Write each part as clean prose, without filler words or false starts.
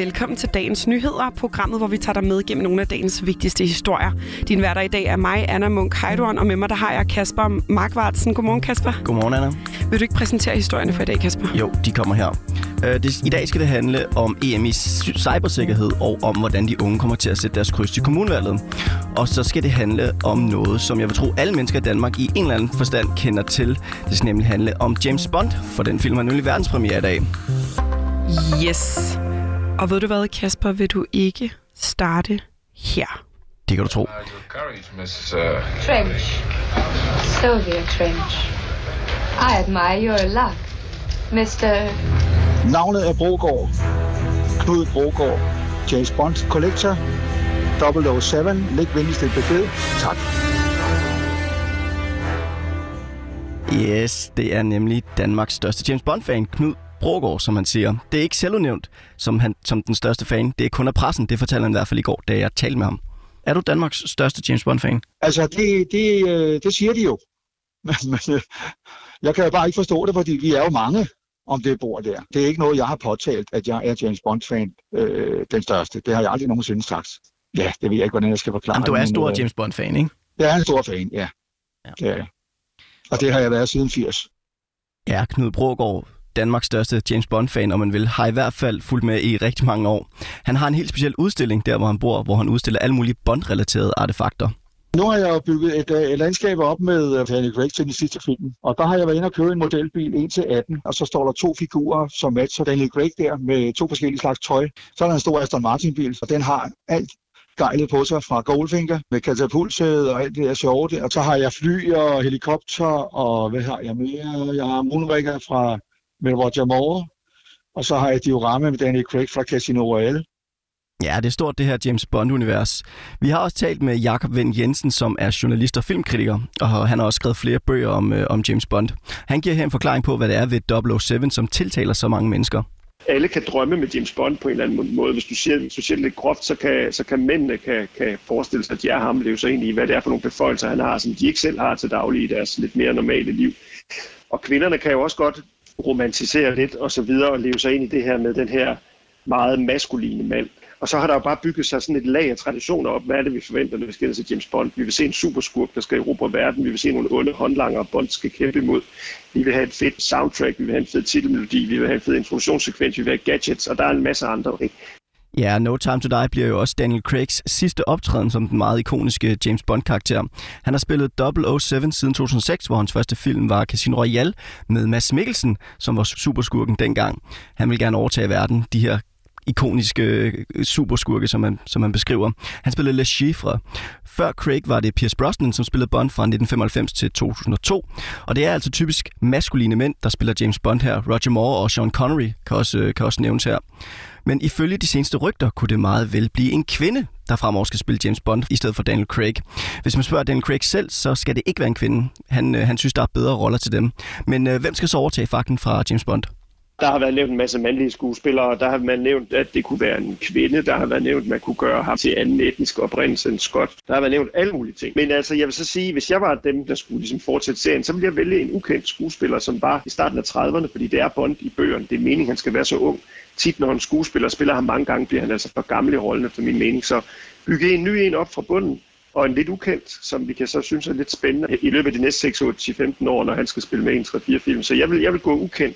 velkommen til dagens nyheder, programmet, hvor vi tager dig med gennem nogle af dagens vigtigste historier. Din værter i dag er mig, Anna Munk Heidorn, og med mig der har jeg Kasper Markvartsen. Godmorgen, Kasper. Godmorgen, Anna. Vil du ikke præsentere historierne for i dag, Kasper? Jo, de kommer her. I dag skal det handle om EM i cybersikkerhed og om, hvordan de unge kommer til at sætte deres kryds til kommunevalget. Og så skal det handle om noget, som jeg vil tro, alle mennesker i Danmark i en eller anden forstand kender til. Det skal nemlig handle om James Bond, for den film har nemlig verdenspremiere i dag. Yes. Og ved du hvad, Kasper, vil du ikke starte her? Det kan du tro. Trench. Sylvia Trench. I admire your luck, Mr. Navnet er Brogaard. Knud Brogaard. James Bond Collector. 007. Læg venligst et besked. Tak. Yes, det er nemlig Danmarks største James Bond-fan, Knud Brogaard, som han siger. Det er ikke selvudnævnt som den største fan. Det er kun af pressen. Det fortalte han i hvert fald i går, da jeg talte med ham. Er du Danmarks største James Bond-fan? Altså, det siger de jo. Men jeg kan jo bare ikke forstå det, fordi vi er jo mange om det bord der. Det er ikke noget, jeg har påtalt, at jeg er James Bond-fan, den største. Det har jeg aldrig nogensinde sagt. Ja, det ved jeg ikke, hvordan jeg skal forklare. Jamen, du er en stor James Bond-fan, ikke? Jeg er en stor fan, ja. Ja. Og det har jeg været siden 80. Ja, Knud Brogaard, Danmarks største James Bond-fan, og man vil, har i hvert fald fulgt med i rigtig mange år. Han har en helt speciel udstilling der, hvor han bor, hvor han udstiller alle mulige Bond-relaterede artefakter. Nu har jeg jo bygget et landskab op med Daniel Craig til den sidste film, og der har jeg været inde og købe en modelbil 1-18, og så står der 2 figurer, som matcher Daniel Craig der med 2 forskellige slags tøj. Så er der en stor Aston Martin-bil, og den har alt gejlet på sig fra Goldfinger med katapultsæde og alt det der sjove der. Og så har jeg fly og helikopter, og hvad har jeg mere? Jeg har Moonraker med Roger Moore, og så har jeg diorama med Daniel Craig fra Casino Royale. Ja, det er stort, det her James Bond-univers. Vi har også talt med Jakob Wind Jensen, som er journalist og filmkritiker, og han har også skrevet flere bøger om James Bond. Han giver her en forklaring på, hvad det er ved 007, som tiltaler så mange mennesker. Alle kan drømme med James Bond på en eller anden måde. Hvis du siger det lidt groft, så kan mændene kan forestille sig, at de er ham, leve sig ind i, hvad det er for nogle beføjelser, han har, som de ikke selv har til daglig i deres lidt mere normale liv. Og kvinderne kan jo også godt romantisere lidt og så videre og leve sig ind i det her med den her meget maskuline mand. Og så har der jo bare bygget sig sådan et lag af traditioner op. Hvad er det, vi forventer, når vi skal til James Bond? Vi vil se en superskurk, der skal erobre verden. Vi vil se nogle onde håndlanger, Bond skal kæmpe imod. Vi vil have et fedt soundtrack. Vi vil have en fed titelmelodi. Vi vil have en fed introduktionssekvens. Vi vil have gadgets. Og der er en masse andre ting. Ja, No Time to Die bliver jo også Daniel Craigs sidste optræden som den meget ikoniske James Bond-karakter. Han har spillet 007 siden 2006, hvor hans første film var Casino Royale med Mads Mikkelsen, som var superskurken dengang. Han vil gerne overtage verden, de her ikoniske superskurke, som man beskriver. Han spillede Le Chiffre. Før Craig var det Pierce Brosnan, som spillede Bond fra 1995 til 2002. Og det er altså typisk maskuline mænd, der spiller James Bond her. Roger Moore og Sean Connery kan også nævnes her. Men ifølge de seneste rygter kunne det meget vel blive en kvinde, der fremover skal spille James Bond i stedet for Daniel Craig. Hvis man spørger Daniel Craig selv, så skal det ikke være en kvinde. Han synes, der er bedre roller til dem. Men hvem skal så overtage fakten fra James Bond? Der har været nævnt en masse mandlige skuespillere, der har man nævnt, at det kunne være en kvinde, der har været nævnt, at man kunne gøre ham til anden etnisk oprindelse end Scott. Der har været nævnt alle mulige ting. Men altså, jeg vil så sige, hvis jeg var dem, der skulle ligesom fortsætte serien, så ville jeg vælge en ukendt skuespiller, som var i starten af 30'erne, fordi det er Bond i bøgerne. Det er meningen, han skal være så ung. Tit, når en skuespiller spiller ham mange gange, bliver han altså for gammel i rollen, efter min mening. Så bygge en ny op fra bunden, og en lidt ukendt, som vi kan så synes er lidt spændende i løbet af de næste 6, 8, 10, 15 år, når han skal spille med en 3-4 film. Så jeg vil gå ukendt.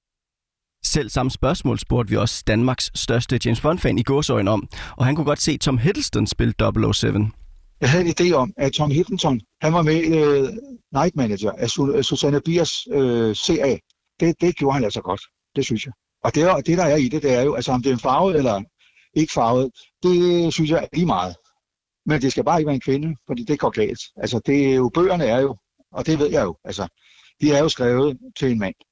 Selv samme spørgsmål spurgte vi også Danmarks største James Bond-fan i gåseøjne om, og han kunne godt se Tom Hiddleston spille 007. Jeg havde en idé om, at Tom Hiddleston, han var med i Night Manager af Susanne Biers serie. Det gjorde han altså godt, det synes jeg. Og det der er i det er jo, altså om det er en farvet eller ikke farvet, det synes jeg er lige meget. Men det skal bare ikke være en kvinde, fordi det går galt. Altså det er jo, bøgerne er jo, og det ved jeg jo, altså de er jo skrevet til en mand.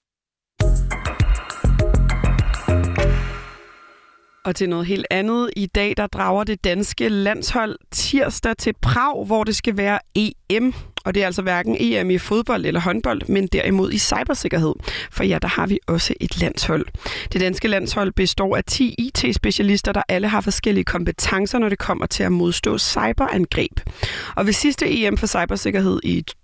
Og til noget helt andet. I dag der drager det danske landshold tirsdag til Prag, hvor det skal være EM. Og det er altså hverken EM i fodbold eller håndbold, men derimod i cybersikkerhed. For ja, der har vi også et landshold. Det danske landshold består af 10 IT-specialister, der alle har forskellige kompetencer, når det kommer til at modstå cyberangreb. Og ved sidste EM for cybersikkerhed i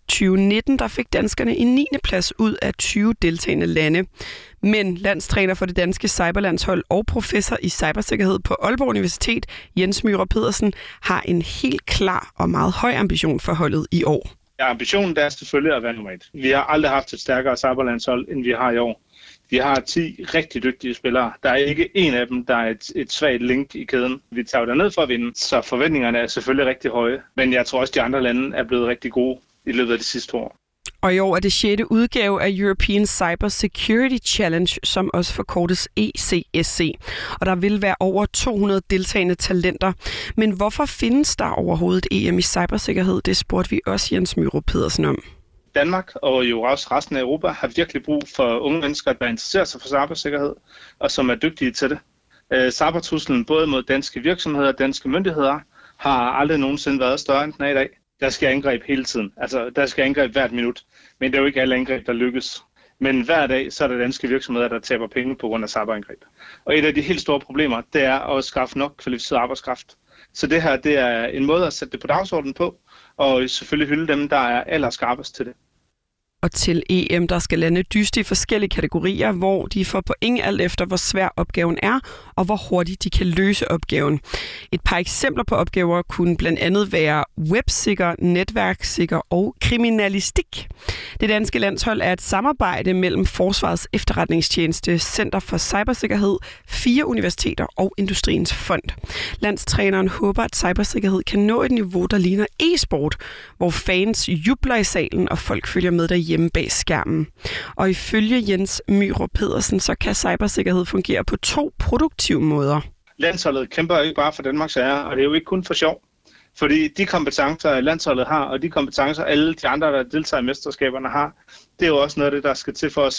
2019 der fik danskerne en 9. plads ud af 20 deltagende lande. Men landstræner for det danske cyberlandshold og professor i cybersikkerhed på Aalborg Universitet, Jens Myhre Pedersen, har en helt klar og meget høj ambition for holdet i år. Ja, ambitionen er selvfølgelig at være nummer 1. Vi har aldrig haft et stærkere cyberlandshold, end vi har i år. Vi har 10 rigtig dygtige spillere. Der er ikke en af dem, der er et svagt link i kæden. Vi tager jo derned for at vinde, så forventningerne er selvfølgelig rigtig høje. Men jeg tror også, de andre lande er blevet rigtig gode i løbet af de sidste år. Og i år er det 6. udgave af European Cyber Security Challenge, som også forkortes ECSC. Og der vil være over 200 deltagende talenter. Men hvorfor findes der overhovedet et EM i cybersikkerhed? Det spurgte vi også Jens Myhre Pedersen om. Danmark og jo også resten af Europa har virkelig brug for unge mennesker, der interesserer sig for cybersikkerhed og som er dygtige til det. Cybertruslen både mod danske virksomheder og danske myndigheder har aldrig nogensinde været større end den er i dag. Der skal angreb hele tiden. Altså, der skal angreb hvert minut. Men det er jo ikke alle angreb, der lykkes. Men hver dag, så er der danske virksomheder, der taber penge på grund af cyberangreb. Og et af de helt store problemer, det er at skaffe nok kvalificeret arbejdskraft. Så det her, det er en måde at sætte det på dagsordenen på, og selvfølgelig hylde dem, der er allerskarpest til det. Og til EM, der skal lande dyste i forskellige kategorier, hvor de får point alt efter, hvor svær opgaven er, og hvor hurtigt de kan løse opgaven. Et par eksempler på opgaver kunne blandt andet være websikker, netværksikker og kriminalistik. Det danske landshold er et samarbejde mellem Forsvarets Efterretningstjeneste, Center for Cybersikkerhed, 4 universiteter og Industriens Fond. Landstræneren håber, at cybersikkerhed kan nå et niveau, der ligner e-sport, hvor fans jubler i salen og folk følger med derhjemme bag skærmen. Og ifølge Jens Myhre Pedersen, så kan cybersikkerhed fungere på 2 produktive måder. Landsholdet kæmper ikke bare for Danmarks ære, og det er jo ikke kun for sjov. Fordi de kompetencer, landsholdet har, og de kompetencer, alle de andre, der deltager i mesterskaberne har, det er jo også noget af det, der skal til for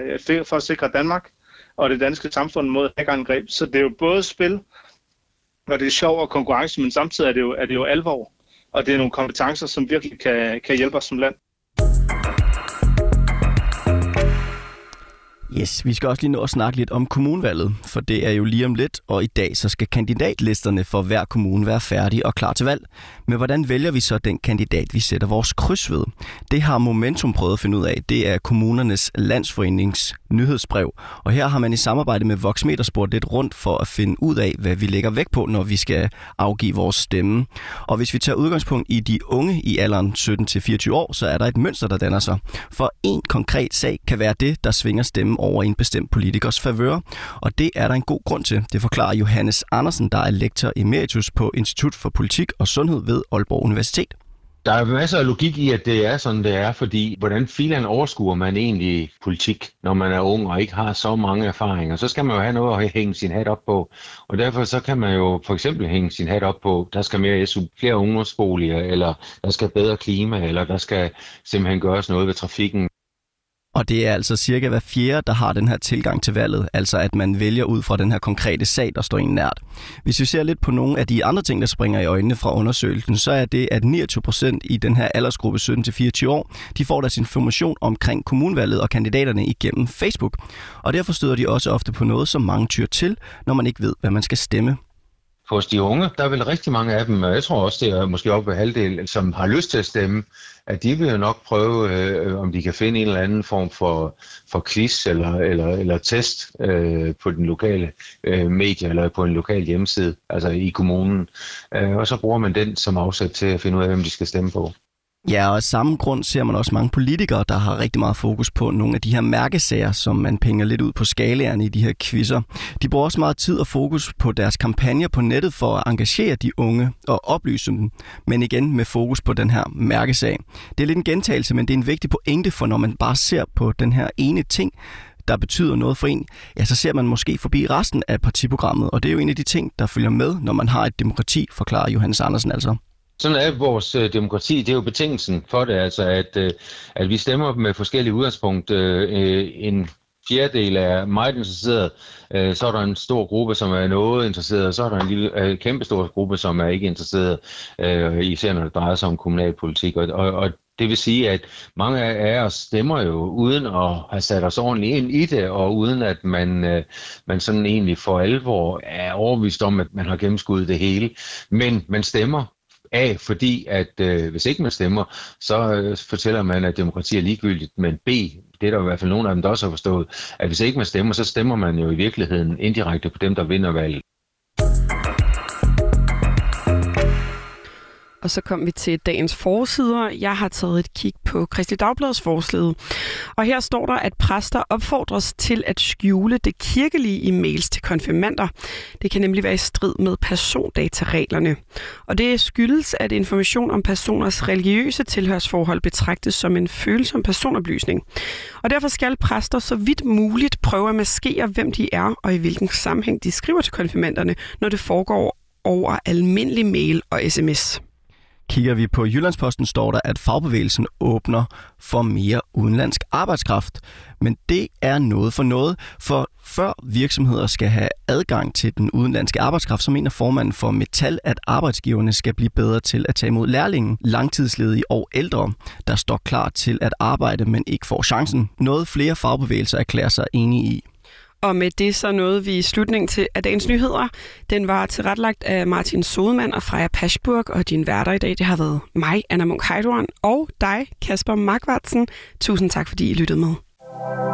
at sikre Danmark og det danske samfund mod hackerangreb. Så det er jo både spil, hvor det er sjov og konkurrence, men samtidig er det jo alvor. Og det er nogle kompetencer, som virkelig kan hjælpe os som land. Yes, vi skal også lige nå at snakke lidt om kommunvalget, for det er jo lige om lidt, og i dag så skal kandidatlisterne for hver kommune være færdige og klar til valg. Men hvordan vælger vi så den kandidat, vi sætter vores kryds ved? Det har Momentum prøvet at finde ud af. Det er kommunernes landsforenings nyhedsbrev, og her har man i samarbejde med Voxmeter spurgt lidt rundt for at finde ud af, hvad vi lægger vægt på, når vi skal afgive vores stemme. Og hvis vi tager udgangspunkt i de unge i alderen 17-24 år, så er der et mønster, der danner sig. For en konkret sag kan være det, der svinger stemmen over en bestemt politikers favør, og det er der en god grund til. Det forklarer Johannes Andersen, der er lektor emeritus på Institut for Politik og Sundhed ved Aalborg Universitet. Der er masser af logik i, at det er sådan, det er, fordi hvordan filan overskuer man egentlig politik, når man er ung og ikke har så mange erfaringer? Så skal man jo have noget at hænge sin hat op på, og derfor så kan man jo for eksempel hænge sin hat op på, der skal mere SU, flere ungdomsboliger, eller der skal bedre klima, eller der skal simpelthen gøres noget ved trafikken. Og det er altså cirka hver fjerde, der har den her tilgang til valget, altså at man vælger ud fra den her konkrete sag, der står en nært. Hvis vi ser lidt på nogle af de andre ting, der springer i øjnene fra undersøgelsen, så er det, at 29% i den her aldersgruppe 17-24 år, de får deres information omkring kommunvalget og kandidaterne igennem Facebook. Og derfor støder de også ofte på noget, som mange tyr til, når man ikke ved, hvad man skal stemme. Hos de unge, der er vel rigtig mange af dem, og jeg tror også, det er måske op ved halvdelen, som har lyst til at stemme, at de vil jo nok prøve, om de kan finde en eller anden form for quiz eller test på den lokale medie eller på en lokal hjemmeside, altså i kommunen. Og så bruger man den som afsæt til at finde ud af, hvem de skal stemme på. Ja, og af samme grund ser man også mange politikere, der har rigtig meget fokus på nogle af de her mærkesager, som man penger lidt ud på skalaerne i de her quizzer. De bruger også meget tid og fokus på deres kampagner på nettet for at engagere de unge og oplyse dem, men igen med fokus på den her mærkesag. Det er lidt en gentagelse, men det er en vigtig pointe, for når man bare ser på den her ene ting, der betyder noget for en, ja, så ser man måske forbi resten af partiprogrammet, og det er jo en af de ting, der følger med, når man har et demokrati, forklarer Johannes Andersen altså. Sådan er vores demokrati, det er jo betingelsen for det, altså at vi stemmer med forskellige udgangspunkt. En fjerdedel er meget interesseret, så er der en stor gruppe, som er noget interesseret, og så er der en kæmpestor gruppe, som er ikke interesseret, især når det drejer sig om kommunalpolitik. Og det vil sige, at mange af os stemmer jo uden at have sat os ordentligt ind i det, og uden at man sådan egentlig for alvor er overbevist om, at man har gennemskuddet det hele. Men man stemmer A, fordi at hvis ikke man stemmer, så fortæller man, at demokrati er ligegyldigt, men B, det er der i hvert fald nogle af dem, der også har forstået, at hvis ikke man stemmer, så stemmer man jo i virkeligheden indirekte på dem, der vinder valget. Og så kom vi til dagens forsider. Jeg har taget et kig på Kristeligt Dagbladets forside. Og her står der, at præster opfordres til at skjule det kirkelige i mails til konfirmander. Det kan nemlig være i strid med persondatareglerne. Og det skyldes, at information om personers religiøse tilhørsforhold betragtes som en følsom personoplysning. Og derfor skal præster så vidt muligt prøve at maskere, hvem de er og i hvilken sammenhæng de skriver til konfirmanderne, når det foregår over almindelig mail og sms. Kigger vi på Jyllandsposten, står der, at fagbevægelsen åbner for mere udenlandsk arbejdskraft. Men det er noget for noget, for før virksomheder skal have adgang til den udenlandske arbejdskraft, så mener formanden for Metal, at arbejdsgiverne skal blive bedre til at tage imod lærlinge, langtidsledige og ældre, der står klar til at arbejde, men ikke får chancen. Noget flere fagbevægelser erklærer sig enige i. Og med det så nåede vi i slutningen af dagens nyheder. Den var tilrettelagt af Martin Sodemann og Freja Paschburg, og din værter i dag, det har været mig, Anna Munk Heidorn, og dig, Kasper Markvartsen. Tusind tak, fordi I lyttede med.